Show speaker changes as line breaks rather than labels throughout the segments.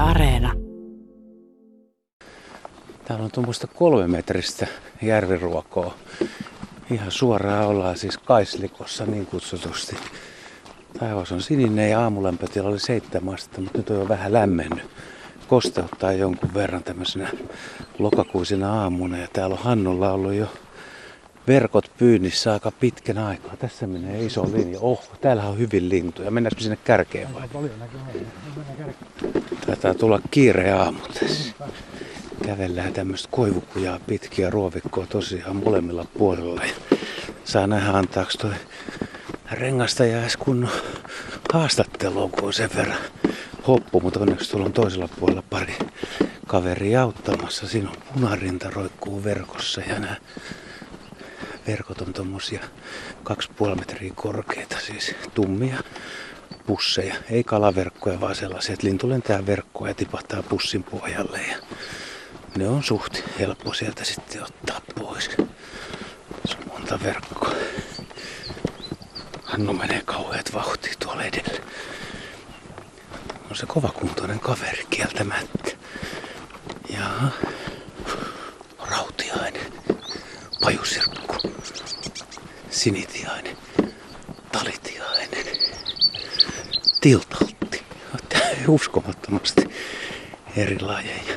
Areena.
Täällä on tuommoista 3-metristä järviruokoa. Ihan suoraan ollaan siis Kaislikossa niin kutsutusti. Taivas on sininen ja aamulämpötila oli 7 astetta, mutta nyt on jo vähän lämmennyt. Kosteuttaa jonkun verran tämmöisenä lokakuisena aamuna ja täällä on Hannulla ollut jo verkot pyynnissä aika pitkän aikaa. Tässä menee iso linja. Täällä on hyvin lintuja. Mennäänkö sinne kärkeen vai? Taitaa tulla kiire aamu tässä. Kävellään tämmöistä koivukujaa pitkiä ruovikkoa tosiaan molemmilla puolilla. Ja saa nähdä antaako toi rengastaja edes kunnon haastattelua, kun on sen verran hoppu. Mutta onneksi tuolla on toisella puolella pari kaveria auttamassa. Siinä on punarinta roikkuu verkossa ja nämä verkot on tommosia 2,5 metriä korkeita, siis tummia pusseja. Ei kalaverkkoja, vaan sellaisia, että lintu lentää verkkoa ja tipahtaa pussin pohjalle. Ja ne on suht helppo sieltä sitten ottaa pois. Se on monta verkkoa. Hannu menee kauheat vauhtia tuolla edellä. On se kovakuntoinen kaveri kieltämättä. Ja rautiainen, pajusirkku, sinitiainen, talitiainen, tiltaltti. Uskomattomasti eri lajeja.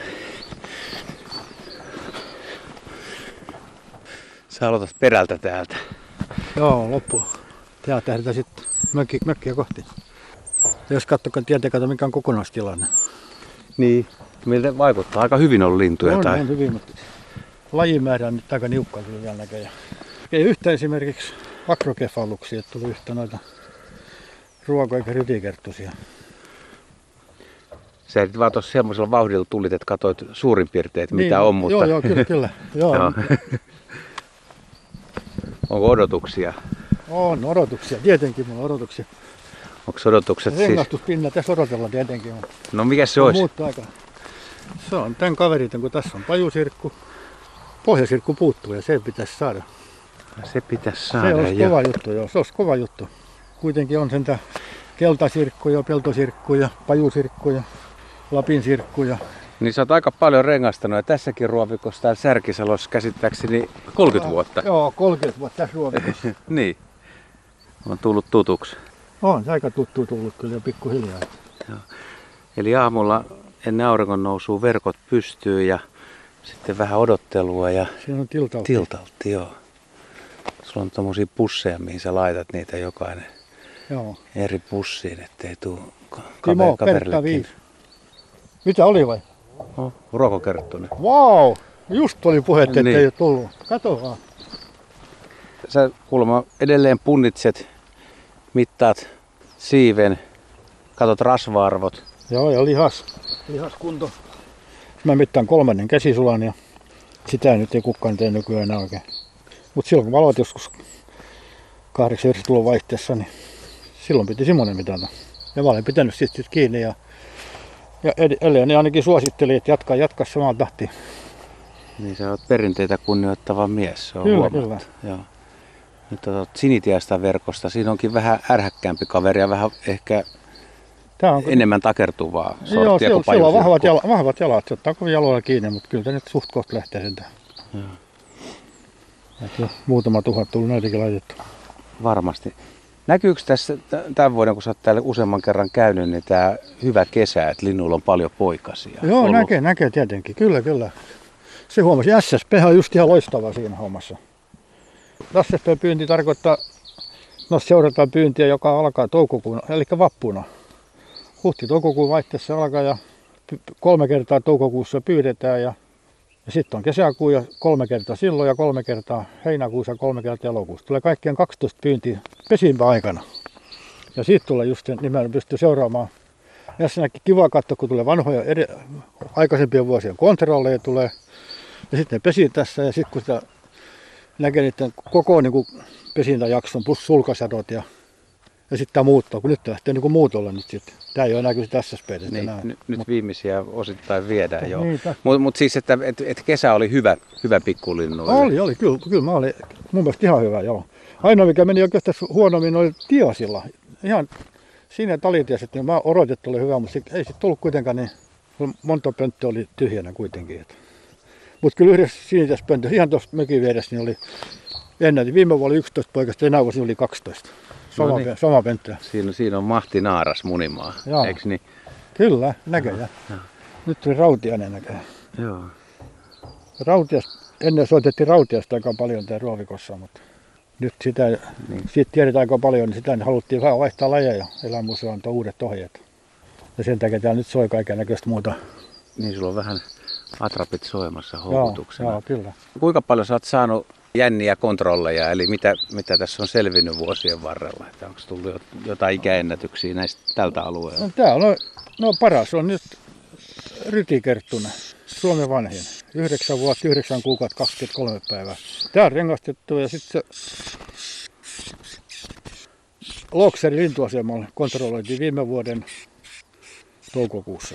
Sä aloitat perältä täältä.
Joo, loppu. Täältä lähdetään sitten mökkiä kohti. Jos katsoo, mikä on kokonaistilanne.
Niin, miltä vaikuttaa? Aika hyvin on lintuja.
On hyvin, mutta lajimäärä on nyt aika niukkaa kyllä vielä näköjään. Ei yhtä esimerkiksi akrokefaluksia, että tuli yhtä noita ruoko- eikä rytikerttusia.
Sä et vaan tuossa semmoisella vauhdilla tulit, että katsoit suurin piirtein, että mitä on, mutta...
Joo, kyllä. Joo.
Onko odotuksia?
On odotuksia, tietenkin mulla on odotuksia.
Onko odotukset siis?
Rengastuspinna tässä odotellaan tietenkin.
No mikä se olisi?
Se on tämän kaverin, kun tässä on pajusirkku. Pohjasirkku puuttuu ja se pitäisi saada.
Se pitäisi saada.
Se olisi kova juttu, joo. Se olisi kova juttu. Kuitenkin on sentä keltasirkkuja, peltosirkkuja, pajusirkkuja, lapinsirkkuja.
Niin sä oot aika paljon rengastanut ja tässäkin ruovikossa täällä Särkisalossa käsittääkseni 30 vuotta.
Joo, 30 vuotta tässä ruovikossa.
Niin. On tullut tutuksi.
On se aika tuttu tullut kyllä jo pikkuhiljaa.
Joo. Eli aamulla ennen auringon nousua verkot pystyy ja sitten vähän odottelua ja
siinä on
tiltaltti, joo. Sulla on tommosia pusseja, mihin sä laitat niitä jokainen eri pussiin, ettei tuu kaverillekin.
Mitä oli vai?
Ruokokerttunen.
Vau! Just oli puhetta, ettei ole tullut. Kato vaan.
Sä kuulemma edelleen punnitset, mittaat siiven, katot rasva-arvot.
Joo, ja lihaskunto. Mä mittaan 3. käsisulan ja sitä nyt ei kukaan tee nykyään oikein. Mutta silloin kun mä aloitin joskus 8-9 vaihteessa, niin silloin piti semmoinen mitata. Ja mä olen pitänyt sitten kiinni ja Eleni ainakin suositteli, että jatka samaan tahtiin.
Niin sä oot perinteitä kunnioittava mies, se on
kyllä,
huomattu.
Kyllä.
Joo. Nyt otat sinitiaista verkosta, siinä onkin vähän ärhäkkäämpi kaveri ja vähän ehkä enemmän takertuvaa sorttia kuin pajusirkku.
Sillä on vahvat jalat, se ottaa kovin jaloilla kiinni, mutta kyllä nyt suht kohta lähtee sentään. Muutama tuhat tullut näitäkin laitettu.
Varmasti. Näkyykö tässä tämän vuoden, kun sä oot täällä useamman kerran käynyt, niin tää hyvä kesä, että linnuilla on paljon poikasia?
Joo, näkee tietenkin. Kyllä. Se huomasi. SSP on just ihan loistava siinä hommassa. SSP-pyynti tarkoittaa, seurataan pyyntiä, joka alkaa toukokuun, eli vappuna. Huhti-toukokuun vaihteessa alkaa ja 3 kertaa toukokuussa pyydetään ja sitten on kesäkuu ja 3 kertaa silloin ja 3 kertaa heinäkuussa ja 3 kertaa elokuussa. Tulee kaikkien 12 pyyntiä pesimmäaikana. Ja siitä tulee just nimenomaan pystyy seuraamaan. Ensinnäkin kiva katsoa, kun tulee vanhoja aikaisempien vuosien kontrolleja tulee. Ja sitten ne pesii tässä ja sitten kun sitä näkee niiden koko niin pesintäjakson plus sulkasadot ja sitten tämä muuttaa, kun nyt lähtee niin muutolle nyt sitten. Tämä ei ole enää kyllä tässä SSP:tä.
Niin, nyt viimeisiä osittain viedään joo. Niin, Mutta siis, että kesä oli hyvä pikkulinnuille.
Oli, kyllä mä olin mun mielestä ihan hyvä, joo. Ainoa mikä meni oikeastaan huonommin oli tiasilla. Ihan siinä talitias, että mä odotin, että oli hyvä, mutta ei sitten tullut kuitenkaan niin Monta pönttöä oli tyhjänä kuitenkin. Mutta kyllä yhdessä sinitässä pöntössä, ihan tuossa mökin vieressä, niin oli ennätin. Viime vuonna oli 11 poikasta, enää vuosi oli 12. Sama pönttö.
Siinä on Mahti Naaras munimaa, eikö niin?
Kyllä, näköjään. Nyt tuli Rautiainen näköjään.
Joo.
Ennen soitettiin Rautiasta aika paljon täällä Ruovikossa, mutta nyt siitä tiedetään aika paljon, niin sitä haluttiin vähän vaihtaa lajeja. Eläinmuseo antoi uudet ohjeet. Ja sen takia täällä nyt soi kaiken näköistä muuta.
Niin, sulla on vähän atrapit soimassa houkutuksena.
Joo, kyllä.
Kuinka paljon sä oot saanut jänniä kontrolleja, eli mitä tässä on selvinnyt vuosien varrella? Että onko tullut jotain ikäennätyksiä näistä tältä alueelta?
No, täällä on paras on nyt Rytikerttunen, Suomen vanhin. 9 vuotta, 9 kuukautta, 23 päivää. Tää on rengastettu ja sitten se Lokserin lintuasemalla kontrolloitiin viime vuoden toukokuussa.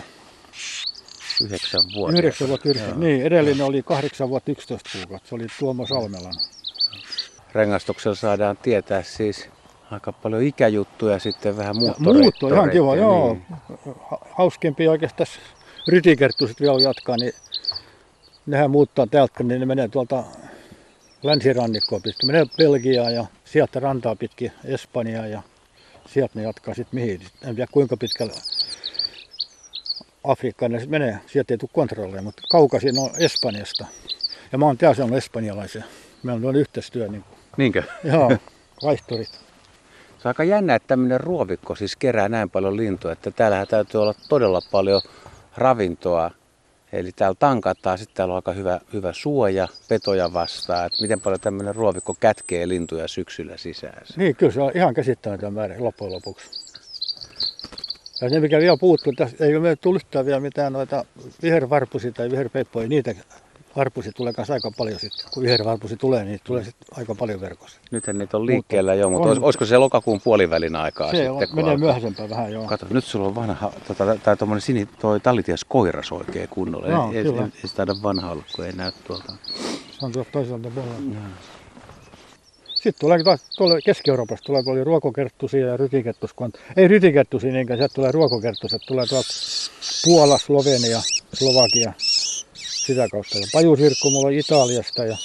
9 vuotta.
9 vuotta, 9. Niin, edellinen oli 8 vuotta, 11 kuukautta. Se oli Tuomo Salmelan.
Rengastuksella saadaan tietää siis aika paljon ikäjuttuja, sitten vähän muuttoreittoja.
Muutto, ihan kiva, joo. Hauskempi oikeastaan Rytikerttuset vielä jatkaa, niin nehän muuttaa täältä, niin ne menee tuolta länsirannikkoa pitkin. Menee Belgiaan ja sieltä rantaa pitkin Espanjaan ja sieltä ne jatkaa sitten mihin. En tiedä kuinka pitkällä Afrikkaan ne sitten menee. Sieltä ei tule kontrolleja, mutta kaukaisin on Espanjasta. Ja mä oon täällä sanonut espanjalaisia. Meillä on yhteistyö.
Niinkö?
Joo, vaihtorit.
Se on aika jännä, että tämmöinen ruovikko siis kerää näin paljon lintuja, että täällähän täytyy olla todella paljon ravintoa. Eli täällä tankataan, sitten täällä on aika hyvä suoja petoja vastaan, että miten paljon tämmöinen ruovikko kätkee lintuja syksyllä sisään.
Niin, kyllä se on ihan käsittämätön määrä loppujen lopuksi. Ja ne mikä vielä puuttuu, tässä ei ole tullut vielä mitään noita vihervarpusia tai viherpeippoja, niitä varpusia tulee kanssa aika paljon sitten. Kun vihervarpusi tulee, niin tulee sitten aika paljon verkossa.
Nythän niitä on liikkeellä jo, mutta olisiko se lokakuun puolivälin aikaa
se
sitten?
Se menee myöhäisempään vähän, joo.
Kato, nyt sulla on vanha, tai tuommoinen toi talitias koiras oikein kunnolla.
No,
ei se taida vanha olla, kun ei näy tuolta.
Se on tuolta toiselta puolella. Sitten tulee taas Keski-Euroopasta tulee paljon ruokokerttusia ja rytikerttuskontteja. Ei rytikerttusia niinkään, sieltä tulee ruokokerttuset. Tulee tuolta Puola, Slovenia, Slovakia. Sitä kautta. Ja pajusirkku mulla on Italiasta ja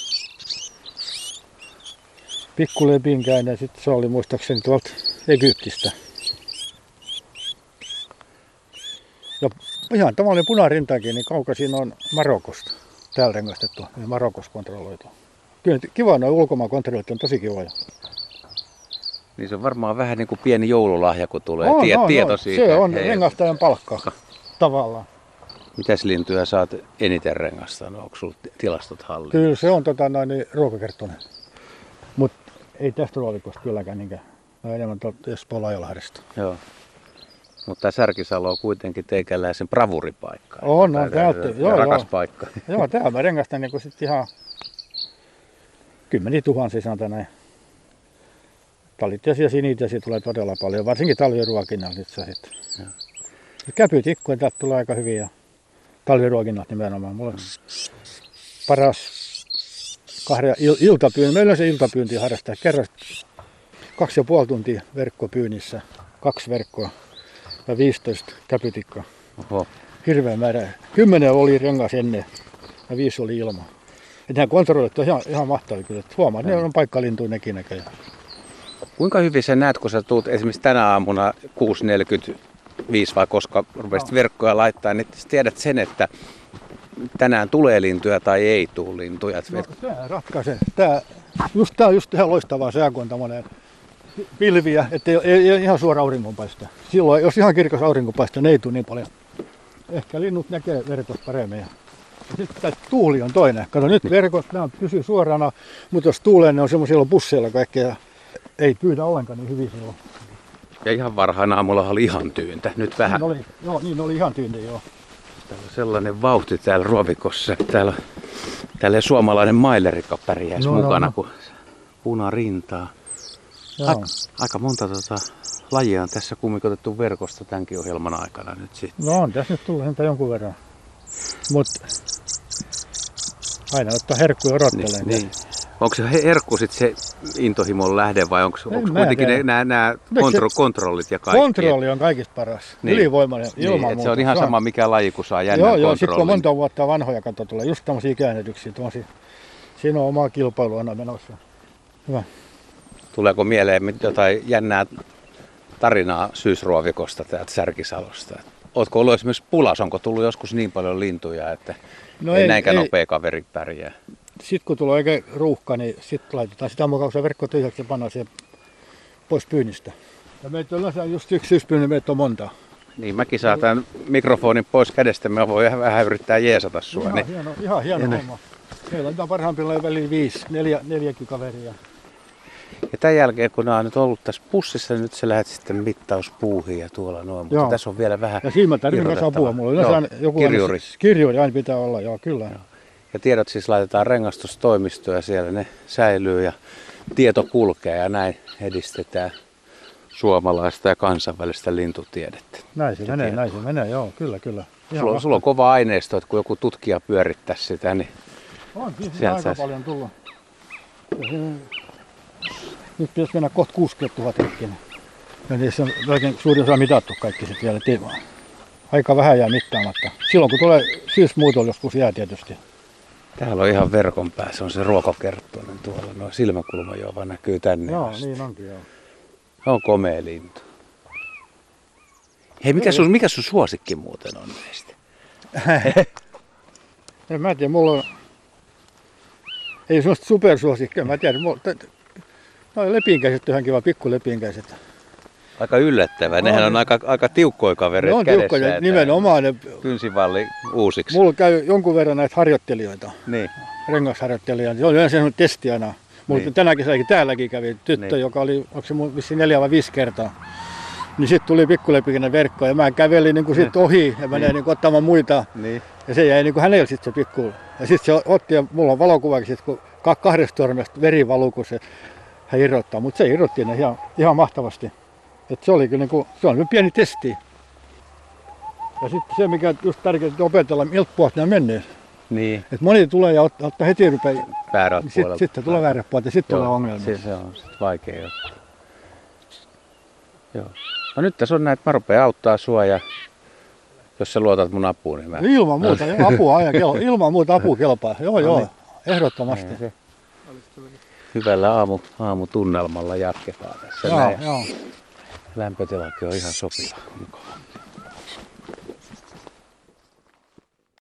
pikkulepinkäinen, sitten se oli muistaakseni tuolta Egyptistä. Ja ihan tavallinen punarintaakin, niin kaukaisin on Marokosta. Täällä rengastettu ja Marokossa kontrolloitu. Kyllä kiva, nuo ulkomaan kontrolloit on tosi kivoja.
Niin se on varmaan vähän niin kuin pieni joululahja, kun tulee tieto siitä.
Se on rengastajan palkka tavallaan.
Mitäs lintuja sä oot eniten rengastanut? Onko sulla tilastot hallinnassa?
Kyllä se on ruokakerttunen. Mutta ei tästä ruovikosta kylläkään niinkään. No enemmän tuolta Espoon Lajolahdesta.
Joo. Mutta Särkisalo on kuitenkin teikäläisen bravuripaikka.
On täältä.
Joo, rakas paikka.
Joo, täällä mä rengastan niin sit ihan 10 000 sanotaan näin. Talitiaisia ja sinitiaisia tulee todella paljon, varsinkin talviruokinnalla nyt sitten. Käpytikkuja täältä tulee aika hyviä. Talviruokinnat nimenomaan. Mulla on paras iltapyynti. Meillä on se iltapyynti harrastaa. Kerran 2,5 tuntia verkkopyynnissä. 2 verkkoa ja 15 käpytikkoa.
Oho.
Hirveä määrä. 10 oli rengas ennen ja 5 oli ilman. Nämä kontrollit on ihan mahtavia kyllä. Huomaat, ne on paikkalintuja nekin näköjään.
Kuinka hyvin sä näet, kun sä tuut esimerkiksi tänä aamuna 6.45 vai koska rupesit verkkoja laittaa, niin tiedät sen, että tänään tulee lintuja tai ei tule lintuja.
No, se ratkaisee. Tää on just ihan loistavaa sää, kun on tämmöinen pilviä, ettei ei ihan suora auringonpaiste. Silloin, jos ihan kirkas auringonpaiste, niin ei tule niin paljon. Ehkä linnut näkee verkot paremmin. Sitten tämä tuuli on toinen. Kato, nyt verkot pysyy suorana, mutta jos tuulee, ne on semmoisilla busseilla kaikkea ja ei pyydä ollenkaan niin hyvin silloin.
Ja ihan varhain aamulla oli ihan tyyntä. Nyt vähän.
Niin oli ihan tyyntä, joo.
Täällä on sellainen vauhti täällä ruovikossa, että täällä suomalainen mailerikka pärjäisi mukana, kun punarintaa. Aika monta lajia on tässä kumminkin otettu verkosta tämänkin ohjelman aikana nyt sitten.
No on tässä nyt tullut häntä jonkun verran. Mutta aina ottaa herkkuja odottelee.
Niin. Onko se herkku sitten se intohimon lähde vai onko
En mä
kuitenkin
tiedä.
nämä kontrollit ja kaikki?
Kontrolli on kaikista paras.
Niin.
Ylivoimainen
Niin,
ilman
että
muuta.
se on ihan sama mikä laji, kun saa jännän
Joo,
kontrollin.
sitten kun on monta vuotta vanhoja katsoa, tulee just tämmöisiä käännetyksiä. Siinä on oma kilpailu aina menossa. Hyvä.
Tuleeko mieleen jotain jännää tarinaa syysruovikosta täältä Särkisalosta? Ootko ollut esimerkiksi Pulas, onko tullut joskus niin paljon lintuja, että ei näinkään nopea kaveri pärjää?
Sitten kun tulee oikein ruuhka, niin sitten laitetaan sitä mukaan, kun se verkko tyhjäksi ja pannaan siihen pois pyynnistä. Ja meitä on yleensä just yksi syyspyynni, meitä on monta.
Niin, mäkin saan tämän mikrofonin pois kädestä, mä voin vähän yrittää jeesata sua.
Ihan hieno homma. Meillä on parhaimmillaan väliin 4 kaveria.
Ja tämän jälkeen, kun nämä on nyt ollut tässä pussissa, niin nyt sä lähdet sitten mittauspuuhiin ja tuolla noin. Mutta
Joo.
tässä on vielä vähän
Ja siinä mä tarvitsen kanssa apua. Mulla on yleensä joku
kirjuri.
Kirjuri aina pitää olla, joo kyllä. Joo.
Ja tiedot siis laitetaan rengastustoimistoon ja siellä ne säilyy ja tieto kulkee ja näin edistetään suomalaista ja kansainvälistä lintutiedettä.
Näin se menee, joo, kyllä.
Sulla on kova aineisto, että kun joku tutkija pyörittäisi sitä, niin
on
sieltä
aika paljon tullut. Nyt pitäisi mennä kohta 60 000 hetkinen. Ja niissä on oikein suurin osa mitattu kaikki sitten vielä. Aika vähän jää mittaamatta. Silloin kun tulee syysmuutolla joskus jää tietysti.
täällä on ihan verkon päässä, on se ruokokerttoinen tuolla. No silmäkulmajoova näkyy tänne
Joo,
asti.
niin onkin joo.
On komea lintu. Hei, mikä sun suosikki muuten on näistä?
En mä tiedä, mulla on... Ei semmoista supersuosikkia, mä tiedän. No lepinkäiset on ihan kiva, pikkulepinkäiset.
Aika yllättävää. Nehän on aika tiukkoja kavereita
Ne on
kädessä.
tiukkoja, nimenomaan. Ne,
Kynsivalli uusiksi.
mulla käy jonkun verran näitä harjoittelijoita,
Niin.
rengasharjoittelijoita. Se on yleensä semmoinen testi aina. Mulla
Niin.
tänä kesänäkin täälläkin kävi tyttö,
Niin.
joka oli, onko se mun vissiin 4 vai 5 kertaa. Niin sitten tuli pikkulepikinen verkko ja mä kävelin niin sit ohi ja menin niin ottamaan muita.
Niin.
Ja se jäi niin kuin hänelle sitten se pikku. Ja sitten se otti ja mulla on valokuvakin sit, kun 2 sormesta veri valuu, kun hän irrottaa. Mutta se irrotti ne ihan mahtavasti. Et se oli kyllä niin kuin, se on pieni testi. Ja sitten se mikä just tärkeää, että opetella miltä puolta ne menee.
Niin.
Et moni tulee ja ottaa heti rupeaa.
Väärät
Niin
puolelta.
sitten tulee väärät puolta ja sitten tulee ongelmia.
Se on sit vaikea ottaa. Joo. No nyt tässä on näitä, mä rupean auttaa sua ja jos sä luotat mun apuun, niin mä...
Ilman muuta, ilman muuta apu kelpaa. Joo, ehdottomasti.
Se. Hyvällä aamutunnelmalla jatketaan tässä näin.
Joo.
Lämpötilakin on ihan sopiva. Mukava.